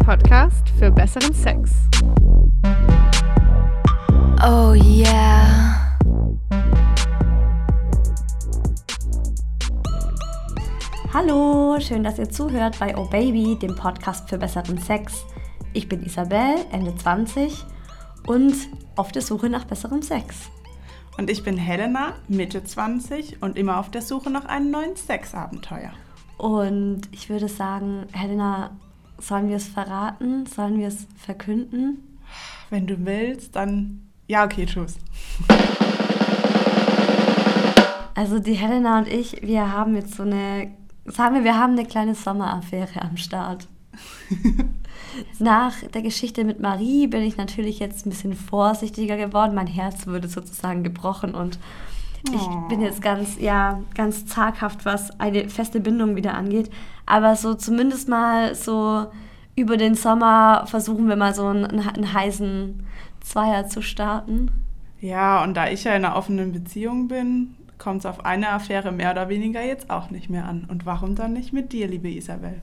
Podcast für besseren Sex. Oh yeah. Hallo, schön, dass ihr zuhört bei Oh Baby, dem Podcast für besseren Sex. Ich bin Isabel, Ende 20 und auf der Suche nach besserem Sex. Und ich bin Helena, Mitte 20 und immer auf der Suche nach einem neuen Sexabenteuer. Und ich würde sagen, Helena, sollen wir es verraten? Sollen wir es verkünden? Wenn du willst, dann... Ja, okay, tschüss. Also die Helena und ich, wir haben jetzt wir haben eine kleine Sommeraffäre am Start. Nach der Geschichte mit Marie bin ich natürlich jetzt ein bisschen vorsichtiger geworden. Mein Herz wurde sozusagen gebrochen und ich bin jetzt ganz zaghaft, was eine feste Bindung wieder angeht. Aber so zumindest mal so über den Sommer versuchen wir mal so einen heißen Zweier zu starten. Ja, und da ich ja in einer offenen Beziehung bin, kommt es auf eine Affäre mehr oder weniger jetzt auch nicht mehr an. Und warum dann nicht mit dir, liebe Isabel?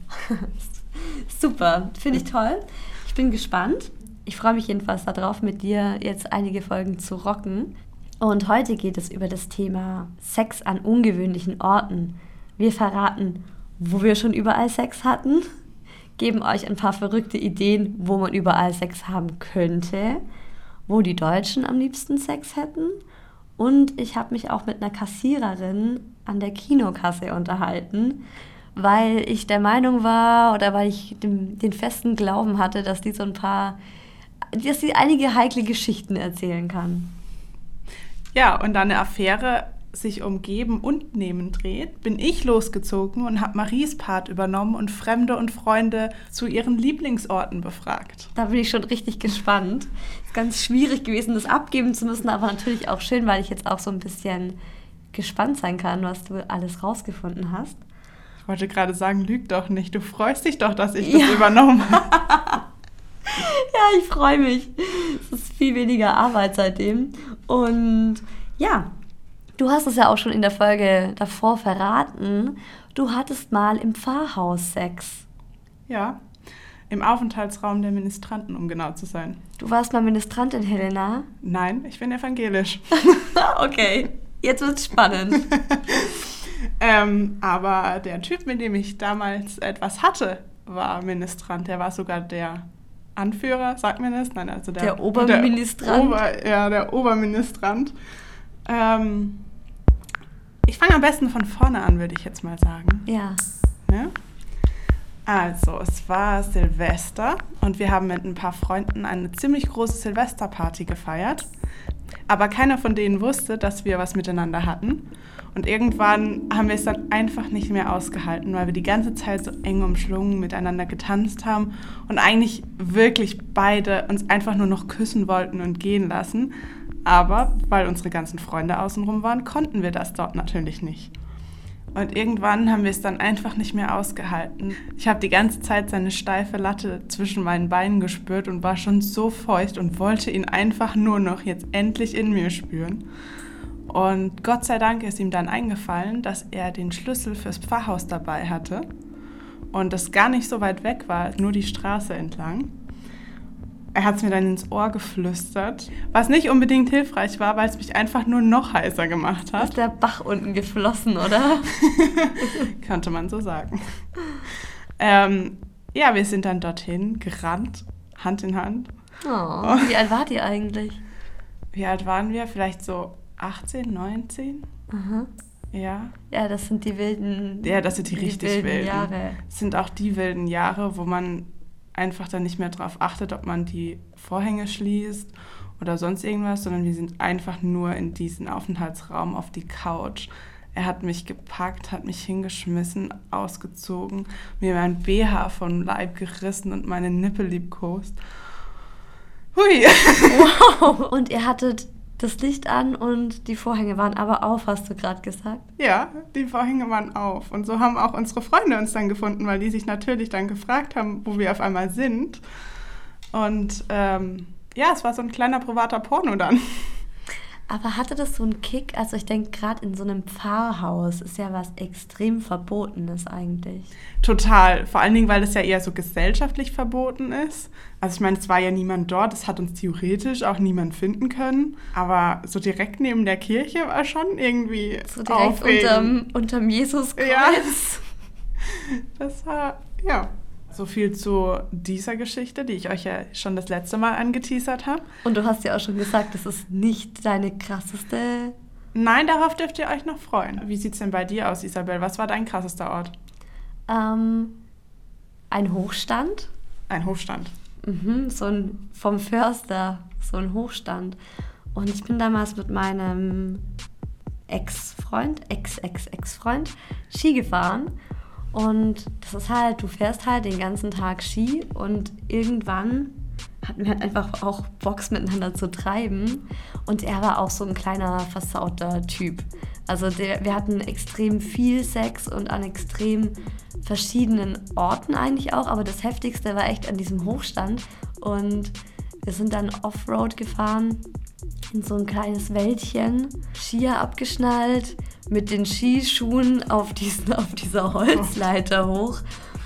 Super, finde ich toll. Ich bin gespannt. Ich freue mich jedenfalls darauf, mit dir jetzt einige Folgen zu rocken. Und heute geht es über das Thema Sex an ungewöhnlichen Orten. Wir verraten, wo wir schon überall Sex hatten, geben euch ein paar verrückte Ideen, wo man überall Sex haben könnte, wo die Deutschen am liebsten Sex hätten. Und ich habe mich auch mit einer Kassiererin an der Kinokasse unterhalten, weil ich der Meinung war oder weil ich den festen Glauben hatte, dass sie einige heikle Geschichten erzählen kann. Ja, und da eine Affäre sich um Geben und Nehmen dreht, bin ich losgezogen und habe Maries Part übernommen und Fremde und Freunde zu ihren Lieblingsorten befragt. Da bin ich schon richtig gespannt. Ist ganz schwierig gewesen, das abgeben zu müssen, aber natürlich auch schön, weil ich jetzt auch so ein bisschen gespannt sein kann, was du alles rausgefunden hast. Ich wollte gerade sagen, lüg doch nicht. Du freust dich doch, dass ich das übernommen habe. Ja, ich freue mich. Es ist viel weniger Arbeit seitdem. Und ja, du hast es ja auch schon in der Folge davor verraten. Du hattest mal im Pfarrhaus Sex. Ja, im Aufenthaltsraum der Ministranten, um genau zu sein. Du warst mal Ministrantin, Helena? Nein, ich bin evangelisch. Okay, jetzt wird's spannend. Aber der Typ, mit dem ich damals etwas hatte, war Ministrant. Der war sogar der Anführer, sagt man das? Nein, also der Oberministrant. Der Oberministrant. Ich fange am besten von vorne an, würde ich jetzt mal sagen. Ja. Also, es war Silvester und wir haben mit ein paar Freunden eine ziemlich große Silvesterparty gefeiert. Aber keiner von denen wusste, dass wir was miteinander hatten. Und irgendwann haben wir es dann einfach nicht mehr ausgehalten, weil wir die ganze Zeit so eng umschlungen miteinander getanzt haben und eigentlich wirklich beide uns einfach nur noch küssen wollten und gehen lassen. Aber weil unsere ganzen Freunde außenrum waren, konnten wir das dort natürlich nicht. Und irgendwann haben wir es dann einfach nicht mehr ausgehalten. Ich habe die ganze Zeit seine steife Latte zwischen meinen Beinen gespürt und war schon so feucht und wollte ihn einfach nur noch jetzt endlich in mir spüren. Und Gott sei Dank ist ihm dann eingefallen, dass er den Schlüssel fürs Pfarrhaus dabei hatte und das gar nicht so weit weg war, nur die Straße entlang. Er hat es mir dann ins Ohr geflüstert, was nicht unbedingt hilfreich war, weil es mich einfach nur noch heißer gemacht hat. Ist der Bach unten geflossen, oder? Könnte man so sagen. Ja, wir sind dann dorthin gerannt, Hand in Hand. Oh, wie alt wart ihr eigentlich? Wie alt waren wir? Vielleicht so 18, 19? Aha. Ja. Ja, das sind die wilden... Ja, das sind die richtig wilden Jahre. Das sind auch die wilden Jahre, wo man einfach dann nicht mehr drauf achtet, ob man die Vorhänge schließt oder sonst irgendwas, sondern wir sind einfach nur in diesen Aufenthaltsraum auf die Couch. Er hat mich gepackt, hat mich hingeschmissen, ausgezogen, mir mein BH vom Leib gerissen und meine Nippel liebkost. Hui! Wow! Und ihr hattet das Licht an und die Vorhänge waren aber auf, hast du gerade gesagt? Ja, die Vorhänge waren auf. Und so haben auch unsere Freunde uns dann gefunden, weil die sich natürlich dann gefragt haben, wo wir auf einmal sind. Und es war so ein kleiner privater Porno dann. Aber hatte das so einen Kick? Also ich denke, gerade in so einem Pfarrhaus ist ja was extrem Verbotenes eigentlich. Total. Vor allen Dingen, weil es ja eher so gesellschaftlich verboten ist. Also ich meine, es war ja niemand dort, es hat uns theoretisch auch niemand finden können. Aber so direkt neben der Kirche war schon irgendwie so direkt unterm Jesuskreuz. Ja, das war, ja. So viel zu dieser Geschichte, die ich euch ja schon das letzte Mal angeteasert habe. Und du hast ja auch schon gesagt, das ist nicht deine krasseste... Nein, darauf dürft ihr euch noch freuen. Wie sieht es denn bei dir aus, Isabel? Was war dein krassester Ort? Ein Hochstand. Ein Hochstand. So ein vom Förster, so ein Hochstand. Und ich bin damals mit meinem Ex-Freund Ski gefahren. Und das ist halt, du fährst halt den ganzen Tag Ski und irgendwann hatten wir halt einfach auch Bock miteinander zu treiben. Und er war auch so ein kleiner, versauter Typ. Also wir hatten extrem viel Sex und an extrem verschiedenen Orten eigentlich auch. Aber das Heftigste war echt an diesem Hochstand. Und wir sind dann Offroad gefahren in so ein kleines Wäldchen, Skier abgeschnallt, mit den Skischuhen auf dieser Holzleiter hoch.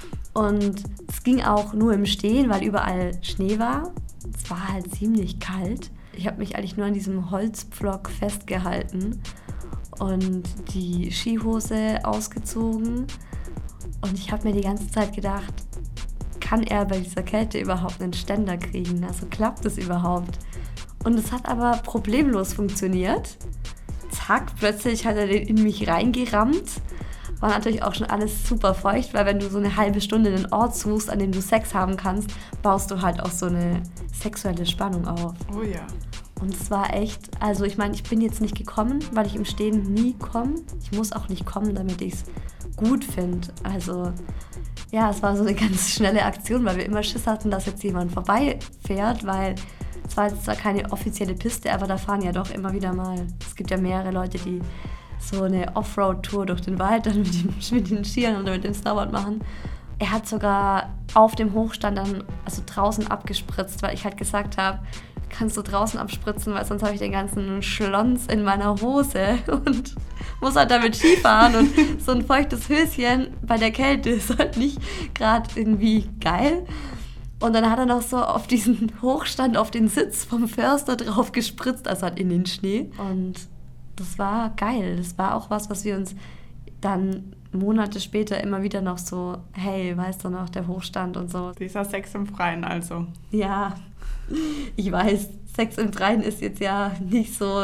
Und es ging auch nur im Stehen, weil überall Schnee war. Es war halt ziemlich kalt. Ich habe mich eigentlich nur an diesem Holzpflock festgehalten und die Skihose ausgezogen. Und ich habe mir die ganze Zeit gedacht, kann er bei dieser Kälte überhaupt einen Ständer kriegen? Also klappt es überhaupt? Und es hat aber problemlos funktioniert. Zack, plötzlich hat er den in mich reingerammt. War natürlich auch schon alles super feucht, weil wenn du so eine halbe Stunde einen Ort suchst, an dem du Sex haben kannst, baust du halt auch so eine sexuelle Spannung auf. Oh ja. Und es war echt, also ich meine, ich bin jetzt nicht gekommen, weil ich im Stehen nie komme. Ich muss auch nicht kommen, damit ich es gut finde. Also ja, es war so eine ganz schnelle Aktion, weil wir immer Schiss hatten, dass jetzt jemand vorbeifährt, weil es war jetzt zwar keine offizielle Piste, aber da fahren ja doch immer wieder mal, es gibt ja mehrere Leute, die so eine Offroad-Tour durch den Wald dann mit den Skiern oder mit dem Snowboard machen. Er hat sogar auf dem Hochstand dann also draußen abgespritzt, weil ich halt gesagt habe, kannst du draußen abspritzen, weil sonst habe ich den ganzen Schlons in meiner Hose und muss halt damit Skifahren und so ein feuchtes Höschen bei der Kälte ist halt nicht gerade irgendwie geil. Und dann hat er noch so auf diesen Hochstand, auf den Sitz vom Förster drauf gespritzt, also halt in den Schnee. Und das war geil. Das war auch was wir uns dann Monate später immer wieder noch so, hey, weißt du noch, der Hochstand und so. Dieser Sex im Freien also. Ja, ich weiß, Sex im Freien ist jetzt ja nicht so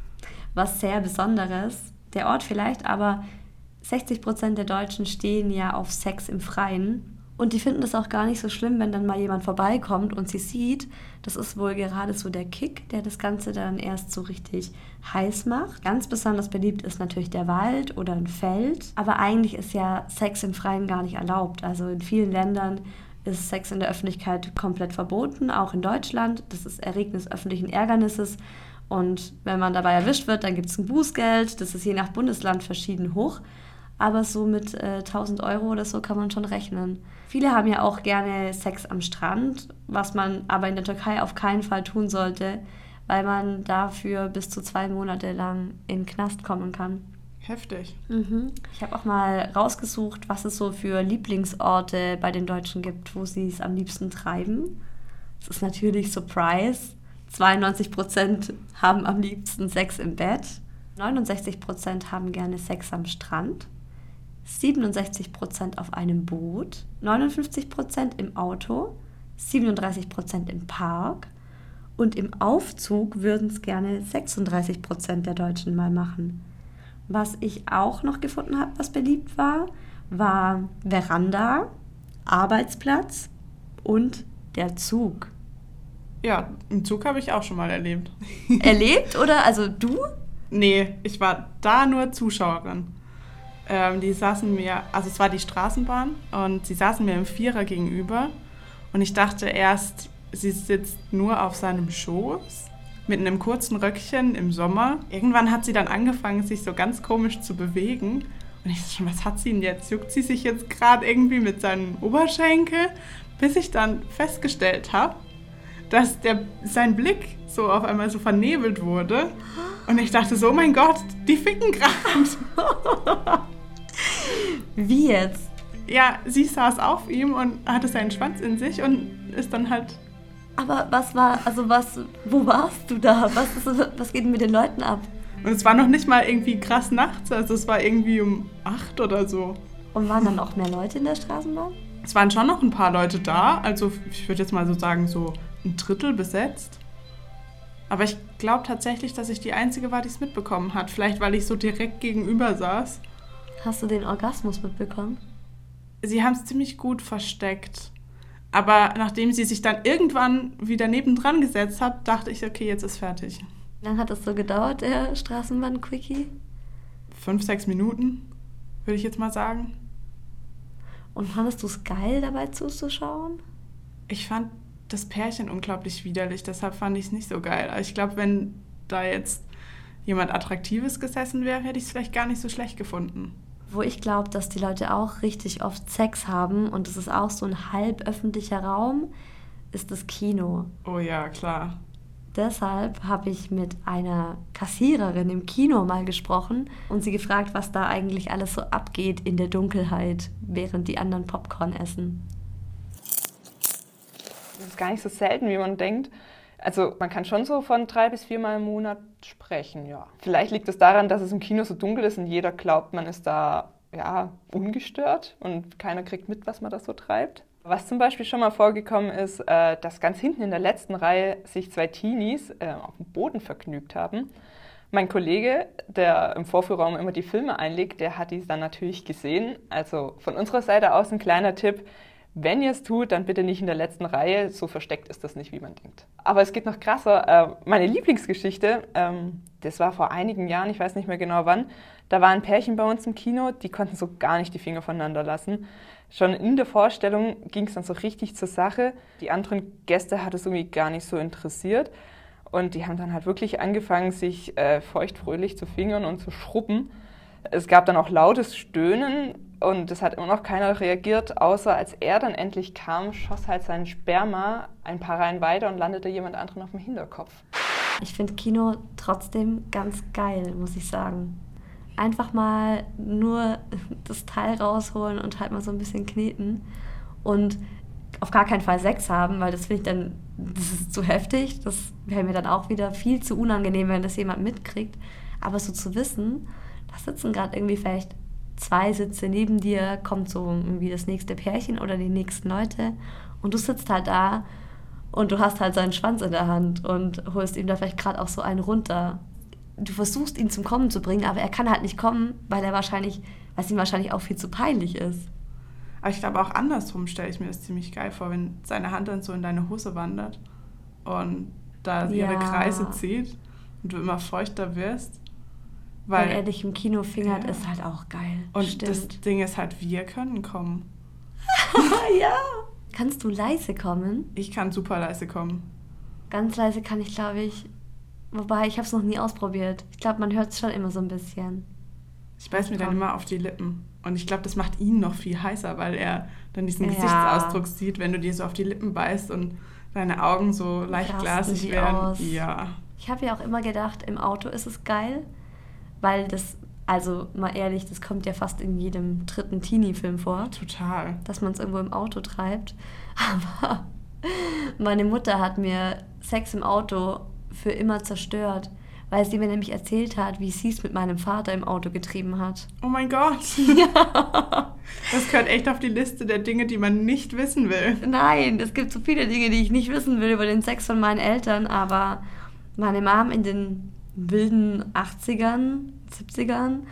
was sehr Besonderes. Der Ort vielleicht, aber 60% der Deutschen stehen ja auf Sex im Freien. Und die finden das auch gar nicht so schlimm, wenn dann mal jemand vorbeikommt und sie sieht. Das ist wohl gerade so der Kick, der das Ganze dann erst so richtig heiß macht. Ganz besonders beliebt ist natürlich der Wald oder ein Feld. Aber eigentlich ist ja Sex im Freien gar nicht erlaubt. Also in vielen Ländern ist Sex in der Öffentlichkeit komplett verboten, auch in Deutschland. Das ist Erregnis öffentlichen Ärgernisses. Und wenn man dabei erwischt wird, dann gibt es ein Bußgeld. Das ist je nach Bundesland verschieden hoch. Aber so mit 1.000 € oder so kann man schon rechnen. Viele haben ja auch gerne Sex am Strand, was man aber in der Türkei auf keinen Fall tun sollte, weil man dafür bis zu 2 Monate lang in den Knast kommen kann. Heftig. Ich habe auch mal rausgesucht, was es so für Lieblingsorte bei den Deutschen gibt, wo sie es am liebsten treiben. Das ist natürlich Surprise. 92% haben am liebsten Sex im Bett. 69% haben gerne Sex am Strand. 67% auf einem Boot, 59% im Auto, 37% im Park und im Aufzug würden es gerne 36% der Deutschen mal machen. Was ich auch noch gefunden habe, was beliebt war, war Veranda, Arbeitsplatz und der Zug. Ja, einen Zug habe ich auch schon mal erlebt. Erlebt oder? Also du? Nee, ich war da nur Zuschauerin. Die saßen mir, also es war die Straßenbahn und sie saßen mir im Vierer gegenüber und ich dachte erst, sie sitzt nur auf seinem Schoß mit einem kurzen Röckchen im Sommer. Irgendwann hat sie dann angefangen, sich so ganz komisch zu bewegen und ich dachte schon, was hat sie denn jetzt? Juckt sie sich jetzt gerade irgendwie mit seinem Oberschenkel? Bis ich dann festgestellt habe, dass sein Blick so auf einmal so vernebelt wurde Und ich dachte so, oh mein Gott, die ficken gerade. Wie jetzt? Ja, sie saß auf ihm und hatte seinen Schwanz in sich und ist dann halt... Aber wo warst du da? Was geht denn mit den Leuten ab? Und es war noch nicht mal irgendwie krass nachts, also es war irgendwie um 8 oder so. Und waren dann auch mehr Leute in der Straßenbahn? Es waren schon noch ein paar Leute da, also ich würde jetzt mal so sagen, so ein Drittel besetzt. Aber ich glaube tatsächlich, dass ich die Einzige war, die es mitbekommen hat. Vielleicht, weil ich so direkt gegenüber saß. Hast du den Orgasmus mitbekommen? Sie haben es ziemlich gut versteckt. Aber nachdem sie sich dann irgendwann wieder nebendran gesetzt hat, dachte ich, okay, jetzt ist fertig. Wie lange hat das so gedauert, der Straßenbahn-Quickie? 5-6 Minuten, würde ich jetzt mal sagen. Und fandest du es geil, dabei zuzuschauen? Ich fand das Pärchen unglaublich widerlich, deshalb fand ich es nicht so geil. Aber ich glaube, wenn da jetzt jemand Attraktives gesessen wäre, hätte ich es vielleicht gar nicht so schlecht gefunden. Wo ich glaube, dass die Leute auch richtig oft Sex haben und es ist auch so ein halb öffentlicher Raum, ist das Kino. Oh ja, klar. Deshalb habe ich mit einer Kassiererin im Kino mal gesprochen und sie gefragt, was da eigentlich alles so abgeht in der Dunkelheit, während die anderen Popcorn essen. Das ist gar nicht so selten, wie man denkt. Also man kann schon so von 3 bis 4 Mal im Monat sprechen, ja. Vielleicht liegt es daran, dass es im Kino so dunkel ist und jeder glaubt, man ist da ungestört und keiner kriegt mit, was man da so treibt. Was zum Beispiel schon mal vorgekommen ist, dass ganz hinten in der letzten Reihe sich 2 Teenies auf dem Boden vergnügt haben. Mein Kollege, der im Vorführraum immer die Filme einlegt, der hat dies dann natürlich gesehen. Also von unserer Seite aus ein kleiner Tipp: Wenn ihr es tut, dann bitte nicht in der letzten Reihe. So versteckt ist das nicht, wie man denkt. Aber es geht noch krasser. Meine Lieblingsgeschichte, das war vor einigen Jahren, ich weiß nicht mehr genau wann. Da war ein Pärchen bei uns im Kino, die konnten so gar nicht die Finger voneinander lassen. Schon in der Vorstellung ging es dann so richtig zur Sache. Die anderen Gäste hat es irgendwie gar nicht so interessiert. Und die haben dann halt wirklich angefangen, sich feuchtfröhlich zu fingern und zu schrubben. Es gab dann auch lautes Stöhnen und es hat immer noch keiner reagiert, außer als er dann endlich kam, schoss halt sein Sperma ein paar Reihen weiter und landete jemand anderen auf dem Hinterkopf. Ich finde Kino trotzdem ganz geil, muss ich sagen. Einfach mal nur das Teil rausholen und halt mal so ein bisschen kneten und auf gar keinen Fall Sex haben, weil das finde ich dann, das ist zu heftig. Das wäre mir dann auch wieder viel zu unangenehm, wenn das jemand mitkriegt. Aber so zu wissen, da sitzen gerade irgendwie vielleicht 2 Sitze neben dir, kommt so irgendwie das nächste Pärchen oder die nächsten Leute und du sitzt halt da und du hast halt seinen Schwanz in der Hand und holst ihm da vielleicht gerade auch so einen runter. Du versuchst ihn zum Kommen zu bringen, aber er kann halt nicht kommen, weil ihm wahrscheinlich auch viel zu peinlich ist. Aber ich glaube auch andersrum stelle ich mir das ziemlich geil vor, wenn seine Hand dann so in deine Hose wandert und da ihre Kreise zieht und du immer feuchter wirst. Weil er dich im Kino fingert, ist halt auch geil. Und stimmt. Das Ding ist halt, wir können kommen. Ja. Kannst du leise kommen? Ich kann super leise kommen. Ganz leise kann ich, glaube ich. Wobei, ich habe es noch nie ausprobiert. Ich glaube, man hört es schon immer so ein bisschen. Ich beiß mir dann immer auf die Lippen. Und ich glaube, das macht ihn noch viel heißer, weil er dann diesen Gesichtsausdruck sieht, wenn du dir so auf die Lippen beißt und deine Augen so leicht glasig werden. Aus. Ja. Ich habe ja auch immer gedacht, im Auto ist es geil, weil das, also mal ehrlich, das kommt ja fast in jedem 3. Teenie-Film vor. Total. Dass man es irgendwo im Auto treibt. Aber meine Mutter hat mir Sex im Auto für immer zerstört, weil sie mir nämlich erzählt hat, wie sie es mit meinem Vater im Auto getrieben hat. Oh mein Gott. Ja. Das gehört echt auf die Liste der Dinge, die man nicht wissen will. Nein, es gibt so viele Dinge, die ich nicht wissen will über den Sex von meinen Eltern, aber meine Mom in den wilden 80ern, 70ern,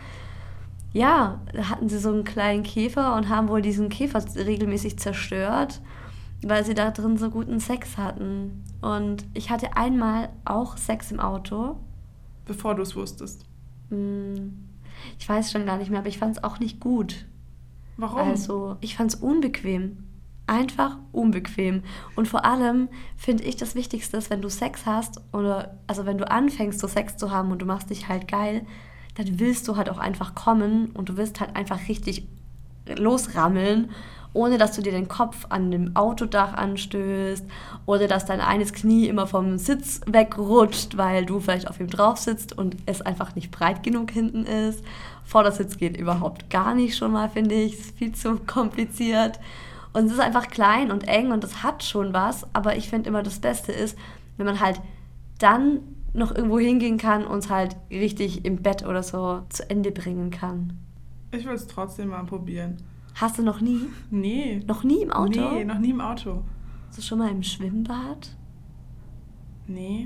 ja, da hatten sie so einen kleinen Käfer und haben wohl diesen Käfer regelmäßig zerstört, weil sie da drin so guten Sex hatten. Und ich hatte einmal auch Sex im Auto. Bevor du es wusstest? Ich weiß schon gar nicht mehr, aber ich fand es auch nicht gut. Warum? Also, ich fand es unbequem. Einfach unbequem. Und vor allem finde ich das Wichtigste ist, wenn du Sex hast oder also wenn du anfängst, so Sex zu haben und du machst dich halt geil, dann willst du halt auch einfach kommen und du willst halt einfach richtig, losrammeln, ohne dass du dir den Kopf an dem Autodach anstößt oder dass dein eines Knie immer vom Sitz wegrutscht, weil du vielleicht auf ihm drauf sitzt und es einfach nicht breit genug hinten ist. Vordersitz geht überhaupt gar nicht schon mal, finde ich. Es ist viel zu kompliziert. Und es ist einfach klein und eng und das hat schon was. Aber ich finde immer, das Beste ist, wenn man halt dann noch irgendwo hingehen kann und es halt richtig im Bett oder so zu Ende bringen kann. Ich will es trotzdem mal probieren. Hast du noch nie? Nee. Noch nie im Auto? Nee, noch nie im Auto. Hast du schon mal im Schwimmbad? Nee.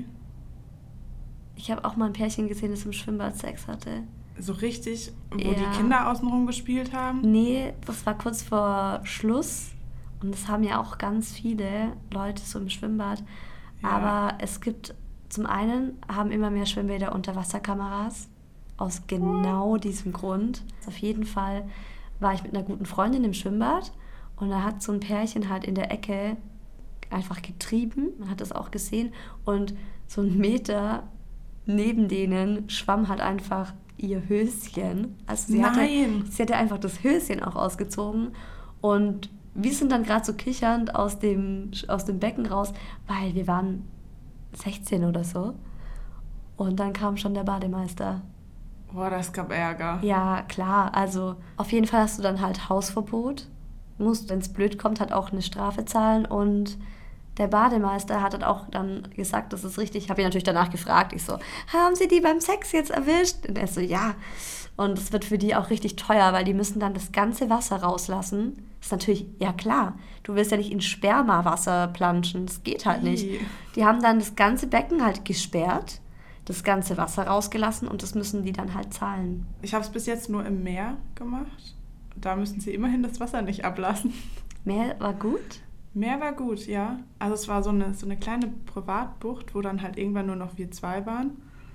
Ich habe auch mal ein Pärchen gesehen, das im Schwimmbad Sex hatte. So richtig, wo Ja. die Kinder außenrum gespielt haben? Nee, das war kurz vor Schluss. Und das haben ja auch ganz viele Leute so im Schwimmbad. Ja. Aber es gibt, zum einen haben immer mehr Schwimmbäder Unterwasserkameras. Aus genau diesem Grund. Auf jeden Fall war ich mit einer guten Freundin im Schwimmbad und da hat so ein Pärchen halt in der Ecke einfach getrieben. Man hat das auch gesehen. Und so 1 Meter neben denen schwamm halt einfach ihr Höschen. Also sie hatte einfach das Höschen auch ausgezogen. Und wir sind dann gerade so kichernd aus dem Becken raus, weil wir waren 16 oder so. Und dann kam schon der Bademeister. Boah, das gab Ärger. Ja, klar. Also auf jeden Fall hast du dann halt Hausverbot. Musst, wenn es blöd kommt, halt auch eine Strafe zahlen. Und der Bademeister hat dann auch dann gesagt, das ist richtig. Ich habe ihn natürlich danach gefragt. Ich so, haben Sie die beim Sex jetzt erwischt? Und er so, ja. Und es wird für die auch richtig teuer, weil die müssen dann das ganze Wasser rauslassen. Das ist natürlich, ja klar, du willst ja nicht in Spermawasser planschen. Das geht halt nicht. Die haben dann das ganze Becken halt gesperrt, das ganze Wasser rausgelassen und das müssen die dann halt zahlen. Ich habe es bis jetzt nur im Meer gemacht. Da müssen sie immerhin das Wasser nicht ablassen. Meer war gut? Meer war gut, ja. Also es war so eine kleine Privatbucht, wo dann halt irgendwann nur noch wir 2 waren.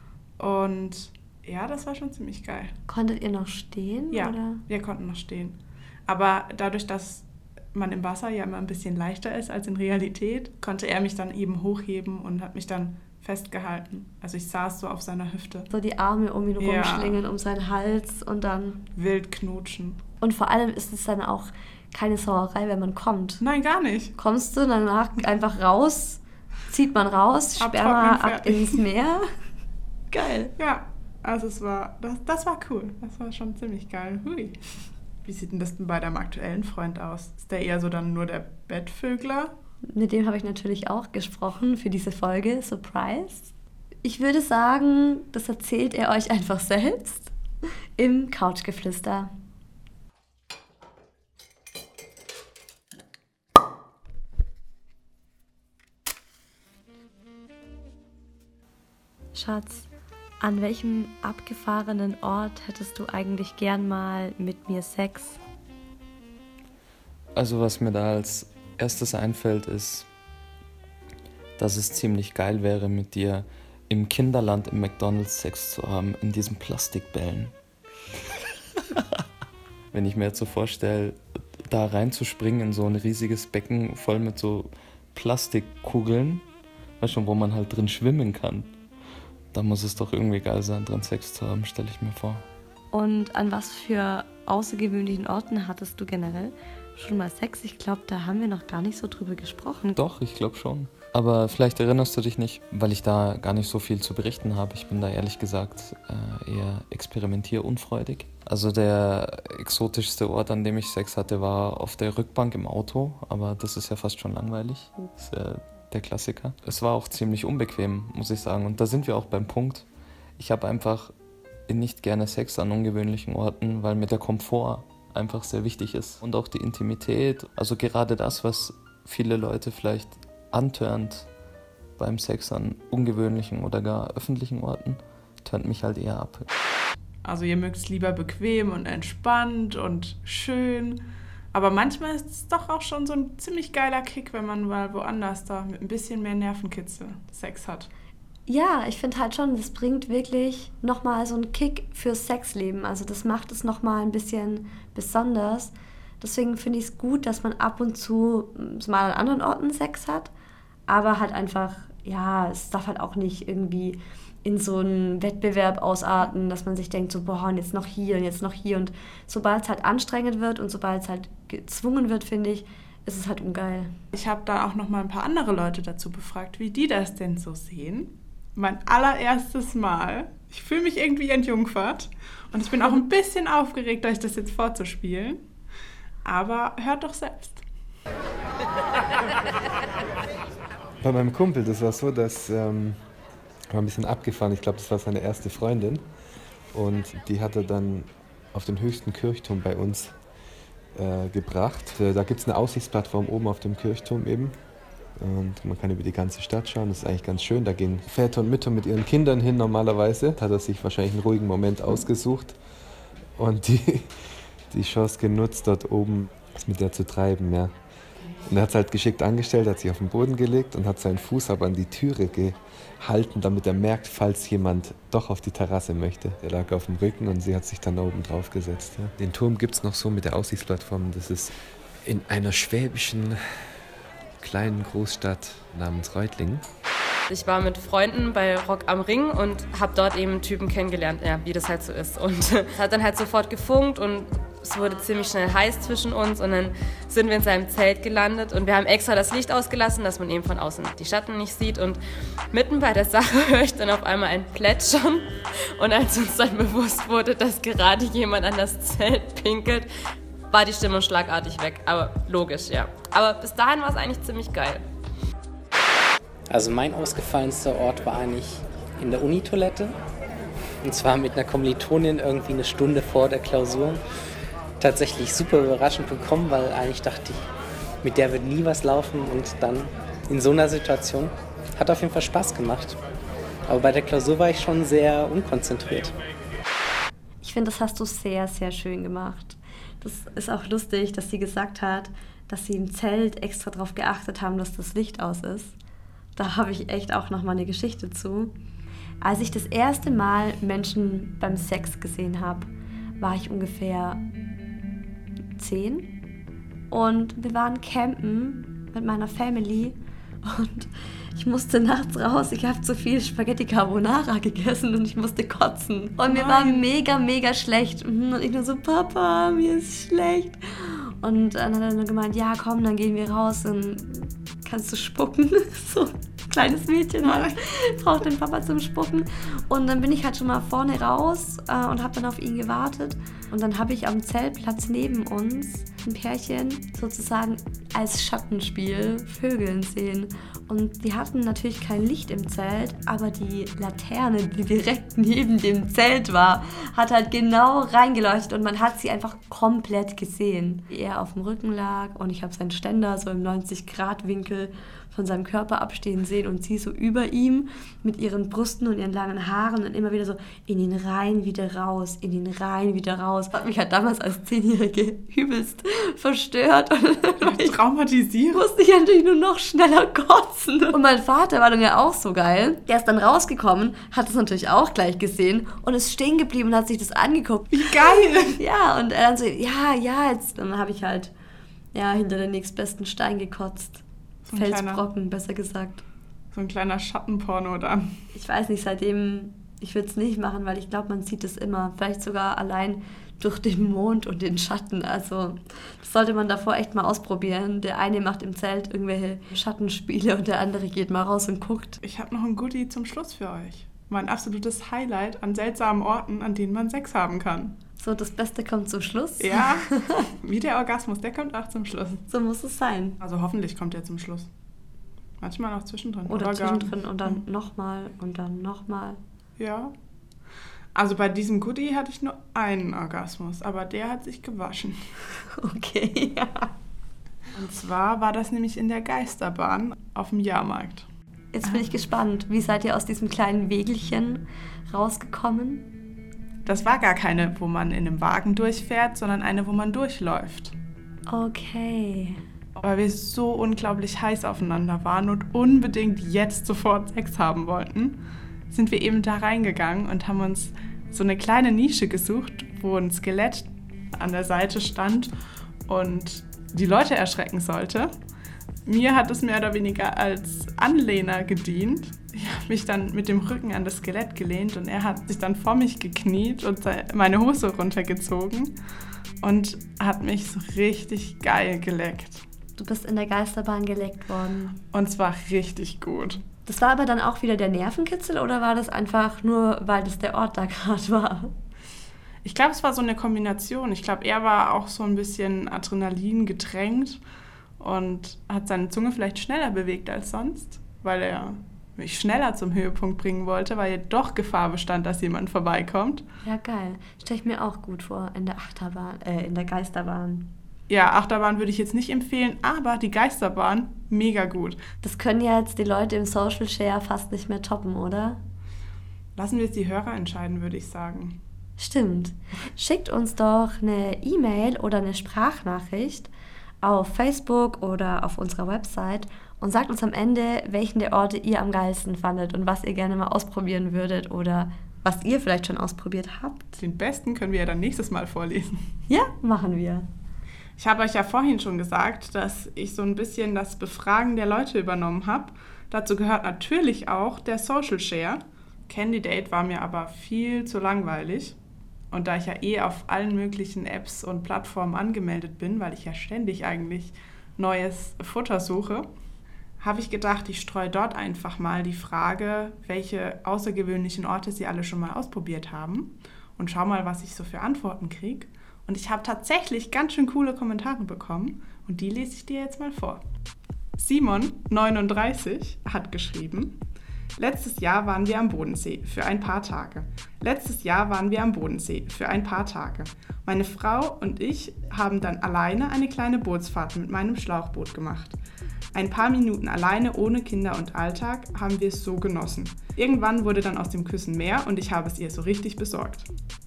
Und ja, das war schon ziemlich geil. Konntet ihr noch stehen? Ja, oder? wir konnten noch stehen. Aber dadurch, dass man im Wasser ja immer ein bisschen leichter ist als in Realität, konnte er mich dann eben hochheben und hat mich dann festgehalten. Also ich saß so auf seiner Hüfte. So die Arme um ihn rumschlingen, um seinen Hals und dann... Wild knutschen. Und vor allem ist es dann auch keine Sauerei, wenn man kommt. Nein, gar nicht. Kommst du danach einfach raus, zieht man raus, Sperma ab fertig. ins Meer. Geil. Ja, also das war cool. Das war schon ziemlich geil. Hui. Wie sieht denn das denn bei deinem aktuellen Freund aus? Ist der eher so dann nur der Bettvögler? Mit dem habe ich natürlich auch gesprochen für diese Folge. Surprise. Ich würde sagen, das erzählt er euch einfach selbst im Couchgeflüster. Schatz, an welchem abgefahrenen Ort hättest du eigentlich gern mal mit mir Sex? Also was mir da als erstes einfällt, ist, dass es ziemlich geil wäre, mit dir im Kinderland im McDonald's Sex zu haben, in diesen Plastikbällen. Wenn ich mir jetzt so vorstelle, da reinzuspringen in so ein riesiges Becken voll mit so Plastikkugeln, weißt du, wo man halt drin schwimmen kann. Da muss es doch irgendwie geil sein, drin Sex zu haben, stelle ich mir vor. Und an was für außergewöhnlichen Orten hattest du generell schon mal Sex? Ich glaube, da haben wir noch gar nicht so drüber gesprochen. Doch, ich glaube schon. Aber vielleicht erinnerst du dich nicht, weil ich da gar nicht so viel zu berichten habe. Ich bin da ehrlich gesagt eher experimentierunfreudig. Also der exotischste Ort, an dem ich Sex hatte, war auf der Rückbank im Auto. Aber das ist ja fast schon langweilig. Das ist ja der Klassiker. Es war auch ziemlich unbequem, muss ich sagen. Und da sind wir auch beim Punkt. Ich habe einfach nicht gerne Sex an ungewöhnlichen Orten, weil mir der Komfort einfach sehr wichtig ist. Und auch die Intimität. Also gerade das, was viele Leute vielleicht antörnt beim Sex an ungewöhnlichen oder gar öffentlichen Orten, tönt mich halt eher ab. Also ihr mögt es lieber bequem und entspannt und schön. Aber manchmal ist es doch auch schon so ein ziemlich geiler Kick, wenn man mal woanders da mit ein bisschen mehr Nervenkitzel Sex hat. Ja, ich finde halt schon, das bringt wirklich nochmal so einen Kick fürs Sexleben. Also das macht es nochmal ein bisschen besonders. Deswegen finde ich es gut, dass man ab und zu mal an anderen Orten Sex hat. Aber halt einfach, ja, es darf halt auch nicht irgendwie in so einen Wettbewerb ausarten, dass man sich denkt, so boah, und jetzt noch hier und jetzt noch hier. Und sobald es halt anstrengend wird und sobald es halt gezwungen wird, finde ich, ist es halt ungeil. Ich habe da auch noch mal ein paar andere Leute dazu befragt, wie die das denn so sehen. Mein allererstes Mal. Ich fühle mich irgendwie entjungfert und ich bin auch ein bisschen aufgeregt, euch das jetzt vorzuspielen. Aber hört doch selbst. Bei meinem Kumpel, das war so, dass war ein bisschen abgefahren. Ich glaube, das war seine erste Freundin. Und die hat er dann auf den höchsten Kirchturm bei uns gebracht. Da gibt es eine Aussichtsplattform oben auf dem Kirchturm eben. Und man kann über die ganze Stadt schauen. Das ist eigentlich ganz schön. Da gehen Väter und Mütter mit ihren Kindern hin normalerweise. Da hat er sich wahrscheinlich einen ruhigen Moment ausgesucht. Und die Chance genutzt, dort oben was mit der zu treiben. Ja. Und er hat es halt geschickt angestellt, hat sich auf den Boden gelegt und hat seinen Fuß aber an die Türe gehalten, damit er merkt, falls jemand doch auf die Terrasse möchte. Er lag auf dem Rücken und sie hat sich dann da oben drauf gesetzt. Ja. Den Turm gibt es noch so mit der Aussichtsplattform. Das ist in einer schwäbischen kleinen Großstadt namens Reutlingen. Ich war mit Freunden bei Rock am Ring und habe dort eben einen Typen kennengelernt, ja, wie das halt so ist. Und es hat dann halt sofort gefunkt und es wurde ziemlich schnell heiß zwischen uns und dann sind wir in seinem Zelt gelandet und wir haben extra das Licht ausgelassen, dass man eben von außen die Schatten nicht sieht. Und mitten bei der Sache höre ich dann auf einmal ein Plätschern und als uns dann bewusst wurde, dass gerade jemand an das Zelt pinkelt, war die Stimmung schlagartig weg. Aber logisch, ja. Aber bis dahin war es eigentlich ziemlich geil. Also mein ausgefallenster Ort war eigentlich in der Unitoilette. Und zwar mit einer Kommilitonin irgendwie eine Stunde vor der Klausur. Tatsächlich super überraschend bekommen, weil eigentlich dachte ich, mit der wird nie was laufen. Und dann in so einer Situation hat auf jeden Fall Spaß gemacht. Aber bei der Klausur war ich schon sehr unkonzentriert. Ich finde, das hast du sehr, sehr schön gemacht. Das ist auch lustig, dass sie gesagt hat, dass sie im Zelt extra darauf geachtet haben, dass das Licht aus ist. Da habe ich echt auch noch mal eine Geschichte zu. Als ich das erste Mal Menschen beim Sex gesehen habe, war ich ungefähr 10 und wir waren campen mit meiner Family und ich musste nachts raus. Ich habe zu viel Spaghetti Carbonara gegessen und ich musste kotzen. Und mir war mega, mega schlecht. Und ich nur so, Papa, mir ist schlecht. Und dann hat er nur gemeint, ja komm, dann gehen wir raus und kannst du spucken. So ein kleines Mädchen halt, braucht den Papa zum Spucken. Und dann bin ich halt schon mal vorne raus und habe dann auf ihn gewartet. Und dann habe ich am Zeltplatz neben uns ein Pärchen sozusagen als Schattenspiel vögeln sehen. Und die hatten natürlich kein Licht im Zelt, aber die Laterne, die direkt neben dem Zelt war, hat halt genau reingeleuchtet und man hat sie einfach komplett gesehen. Wie er auf dem Rücken lag und ich habe seinen Ständer so im 90-Grad-Winkel von seinem Körper abstehen sehen und sie so über ihm mit ihren Brüsten und ihren langen Haaren und immer wieder so in ihn rein, wieder raus, in ihn rein, wieder raus. Das hat mich halt damals als 10-Jährige übelst verstört. Und traumatisiert. Musste ich natürlich nur noch schneller kotzen. Und mein Vater war dann ja auch so geil. Der ist dann rausgekommen, hat es natürlich auch gleich gesehen und ist stehen geblieben und hat sich das angeguckt. Wie geil! Ja, und er dann so, ja, jetzt. Dann habe ich halt hinter den nächstbesten Stein gekotzt. So Felsbrocken, besser gesagt. So ein kleiner Schattenporno dann. Ich weiß nicht, seitdem, ich würde es nicht machen, weil ich glaube, man sieht es immer. Vielleicht sogar allein durch den Mond und den Schatten. Also das sollte man davor echt mal ausprobieren. Der eine macht im Zelt irgendwelche Schattenspiele und der andere geht mal raus und guckt. Ich habe noch ein Goodie zum Schluss für euch. Mein absolutes Highlight an seltsamen Orten, an denen man Sex haben kann. So, das Beste kommt zum Schluss. Ja, wie der Orgasmus, der kommt auch zum Schluss. So muss es sein. Also hoffentlich kommt der zum Schluss. Manchmal auch zwischendrin. Oder zwischendrin und dann nochmal und dann nochmal. Ja. Also bei diesem Goodie hatte ich nur einen Orgasmus, aber der hat sich gewaschen. Okay, ja. Und zwar war das nämlich in der Geisterbahn auf dem Jahrmarkt. Jetzt bin ich gespannt. Wie seid ihr aus diesem kleinen Wägelchen rausgekommen? Das war gar keine, wo man in einem Wagen durchfährt, sondern eine, wo man durchläuft. Okay. Weil wir so unglaublich heiß aufeinander waren und unbedingt jetzt sofort Sex haben wollten, sind wir eben da reingegangen und haben uns so eine kleine Nische gesucht, wo ein Skelett an der Seite stand und die Leute erschrecken sollte. Mir hat es mehr oder weniger als Anlehner gedient. Ich mich dann mit dem Rücken an das Skelett gelehnt und er hat sich dann vor mich gekniet und meine Hose runtergezogen und hat mich so richtig geil geleckt. Du bist in der Geisterbahn geleckt worden. Und zwar richtig gut. Das war aber dann auch wieder der Nervenkitzel oder war das einfach nur, weil das der Ort da gerade war? Ich glaube, es war so eine Kombination. Ich glaube, er war auch so ein bisschen Adrenalin getränkt und hat seine Zunge vielleicht schneller bewegt als sonst, weil er mich schneller zum Höhepunkt bringen wollte, weil ja doch Gefahr bestand, dass jemand vorbeikommt. Ja, geil. Stell ich mir auch gut vor, in der in der Geisterbahn. Ja, Achterbahn würde ich jetzt nicht empfehlen, aber die Geisterbahn, mega gut. Das können ja jetzt die Leute im Social Share fast nicht mehr toppen, oder? Lassen wir jetzt die Hörer entscheiden, würde ich sagen. Stimmt. Schickt uns doch eine E-Mail oder eine Sprachnachricht auf Facebook oder auf unserer Website und sagt uns am Ende, welchen der Orte ihr am geilsten fandet und was ihr gerne mal ausprobieren würdet oder was ihr vielleicht schon ausprobiert habt. Den besten können wir ja dann nächstes Mal vorlesen. Ja, machen wir. Ich habe euch ja vorhin schon gesagt, dass ich so ein bisschen das Befragen der Leute übernommen habe. Dazu gehört natürlich auch der Social Share. Candidate war mir aber viel zu langweilig. Und da ich ja auf allen möglichen Apps und Plattformen angemeldet bin, weil ich ja ständig eigentlich neues Futter suche, habe ich gedacht, ich streue dort einfach mal die Frage, welche außergewöhnlichen Orte sie alle schon mal ausprobiert haben und schau mal, was ich so für Antworten kriege. Und ich habe tatsächlich ganz schön coole Kommentare bekommen und die lese ich dir jetzt mal vor. Simon, 39, hat geschrieben: Letztes Jahr waren wir am Bodensee für ein paar Tage. Letztes Jahr waren wir am Bodensee für ein paar Tage. Meine Frau und ich haben dann alleine eine kleine Bootsfahrt mit meinem Schlauchboot gemacht. Ein paar Minuten alleine ohne Kinder und Alltag haben wir es so genossen. Irgendwann wurde dann aus dem Küssen mehr und ich habe es ihr so richtig besorgt.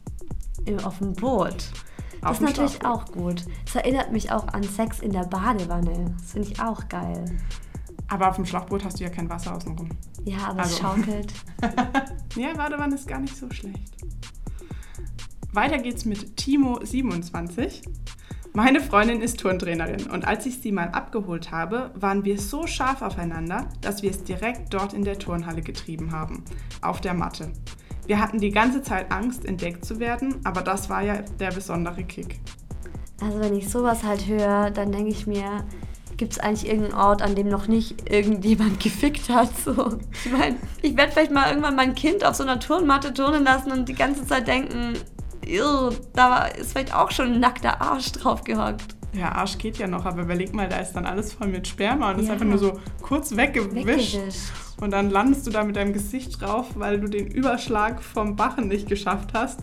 Auf dem Boot. Das ist natürlich auch gut. Das erinnert mich auch an Sex in der Badewanne. Das finde ich auch geil. Aber auf dem Schlauchboot hast du ja kein Wasser außenrum. Ja, aber es schaukelt. Ja, Badewanne ist gar nicht so schlecht. Weiter geht's mit Timo, 27. Meine Freundin ist Turntrainerin und als ich sie mal abgeholt habe, waren wir so scharf aufeinander, dass wir es direkt dort in der Turnhalle getrieben haben, auf der Matte. Wir hatten die ganze Zeit Angst, entdeckt zu werden, aber das war ja der besondere Kick. Also wenn ich sowas halt höre, dann denke ich mir, gibt es eigentlich irgendeinen Ort, an dem noch nicht irgendjemand gefickt hat? So. Ich meine, ich werde vielleicht mal irgendwann mein Kind auf so einer Turnmatte turnen lassen und die ganze Zeit denken, da ist vielleicht auch schon ein nackter Arsch drauf gehockt. Ja, Arsch geht ja noch, aber überleg mal, da ist dann alles voll mit Sperma und ist einfach nur so kurz weggewischt. Und dann landest du da mit deinem Gesicht drauf, weil du den Überschlag vom Bachen nicht geschafft hast.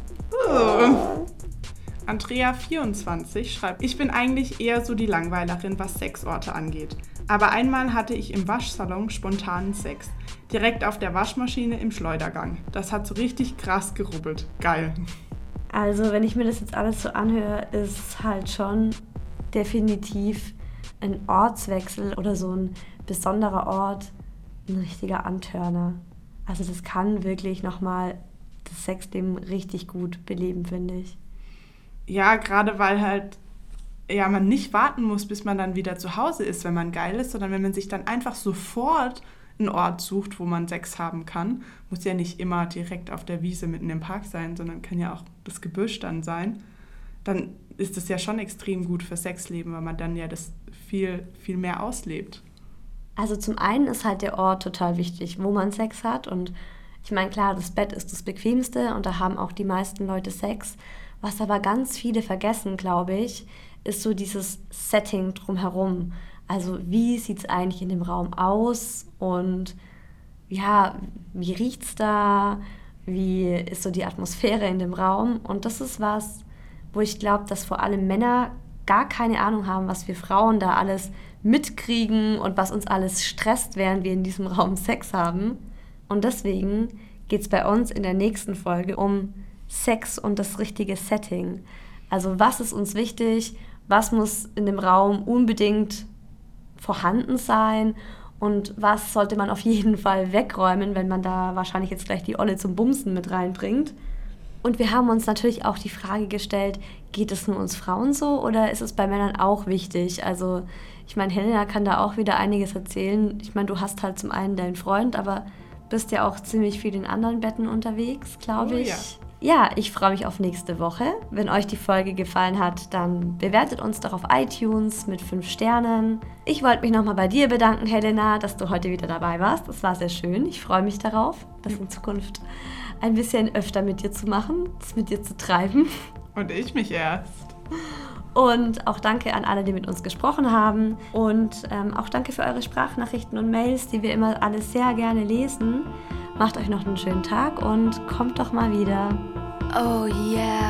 Andrea, 24, schreibt: Ich bin eigentlich eher so die Langweilerin, was Sexorte angeht. Aber einmal hatte ich im Waschsalon spontanen Sex. Direkt auf der Waschmaschine im Schleudergang. Das hat so richtig krass gerubbelt. Geil. Also wenn ich mir das jetzt alles so anhöre, ist es halt schon definitiv ein Ortswechsel oder so ein besonderer Ort, ein richtiger Antörner. Also das kann wirklich nochmal das Sexleben richtig gut beleben, finde ich. Ja, gerade weil halt man nicht warten muss, bis man dann wieder zu Hause ist, wenn man geil ist, sondern wenn man sich dann einfach sofort einen Ort sucht, wo man Sex haben kann. Muss ja nicht immer direkt auf der Wiese mitten im Park sein, sondern kann ja auch das Gebüsch dann sein. Dann ist es ja schon extrem gut für Sexleben, weil man dann ja das viel, viel mehr auslebt. Also zum einen ist halt der Ort total wichtig, wo man Sex hat. Und ich meine, klar, das Bett ist das Bequemste und da haben auch die meisten Leute Sex. Was aber ganz viele vergessen, glaube ich, ist so dieses Setting drumherum. Also wie sieht es eigentlich in dem Raum aus und ja, wie riecht es da, wie ist so die Atmosphäre in dem Raum. Und das ist was, wo ich glaube, dass vor allem Männer gar keine Ahnung haben, was wir Frauen da alles mitkriegen und was uns alles stresst, während wir in diesem Raum Sex haben. Und deswegen geht es bei uns in der nächsten Folge um Sex und das richtige Setting. Also was ist uns wichtig, was muss in dem Raum unbedingt vorhanden sein und was sollte man auf jeden Fall wegräumen, wenn man da wahrscheinlich jetzt gleich die Olle zum Bumsen mit reinbringt. Und wir haben uns natürlich auch die Frage gestellt, geht es nur uns Frauen so oder ist es bei Männern auch wichtig? Also ich meine, Helena kann da auch wieder einiges erzählen. Ich meine, du hast halt zum einen deinen Freund, aber bist ja auch ziemlich viel in anderen Betten unterwegs, glaube ich. Ja. Ja, ich freue mich auf nächste Woche. Wenn euch die Folge gefallen hat, dann bewertet uns doch auf iTunes mit 5 Sternen. Ich wollte mich nochmal bei dir bedanken, Helena, dass du heute wieder dabei warst. Das war sehr schön. Ich freue mich darauf, das in Zukunft ein bisschen öfter mit dir zu machen, das mit dir zu treiben. Und ich mich erst. Und auch danke an alle, die mit uns gesprochen haben. Und auch danke für eure Sprachnachrichten und Mails, die wir immer alles sehr gerne lesen. Macht euch noch einen schönen Tag und kommt doch mal wieder. Oh yeah.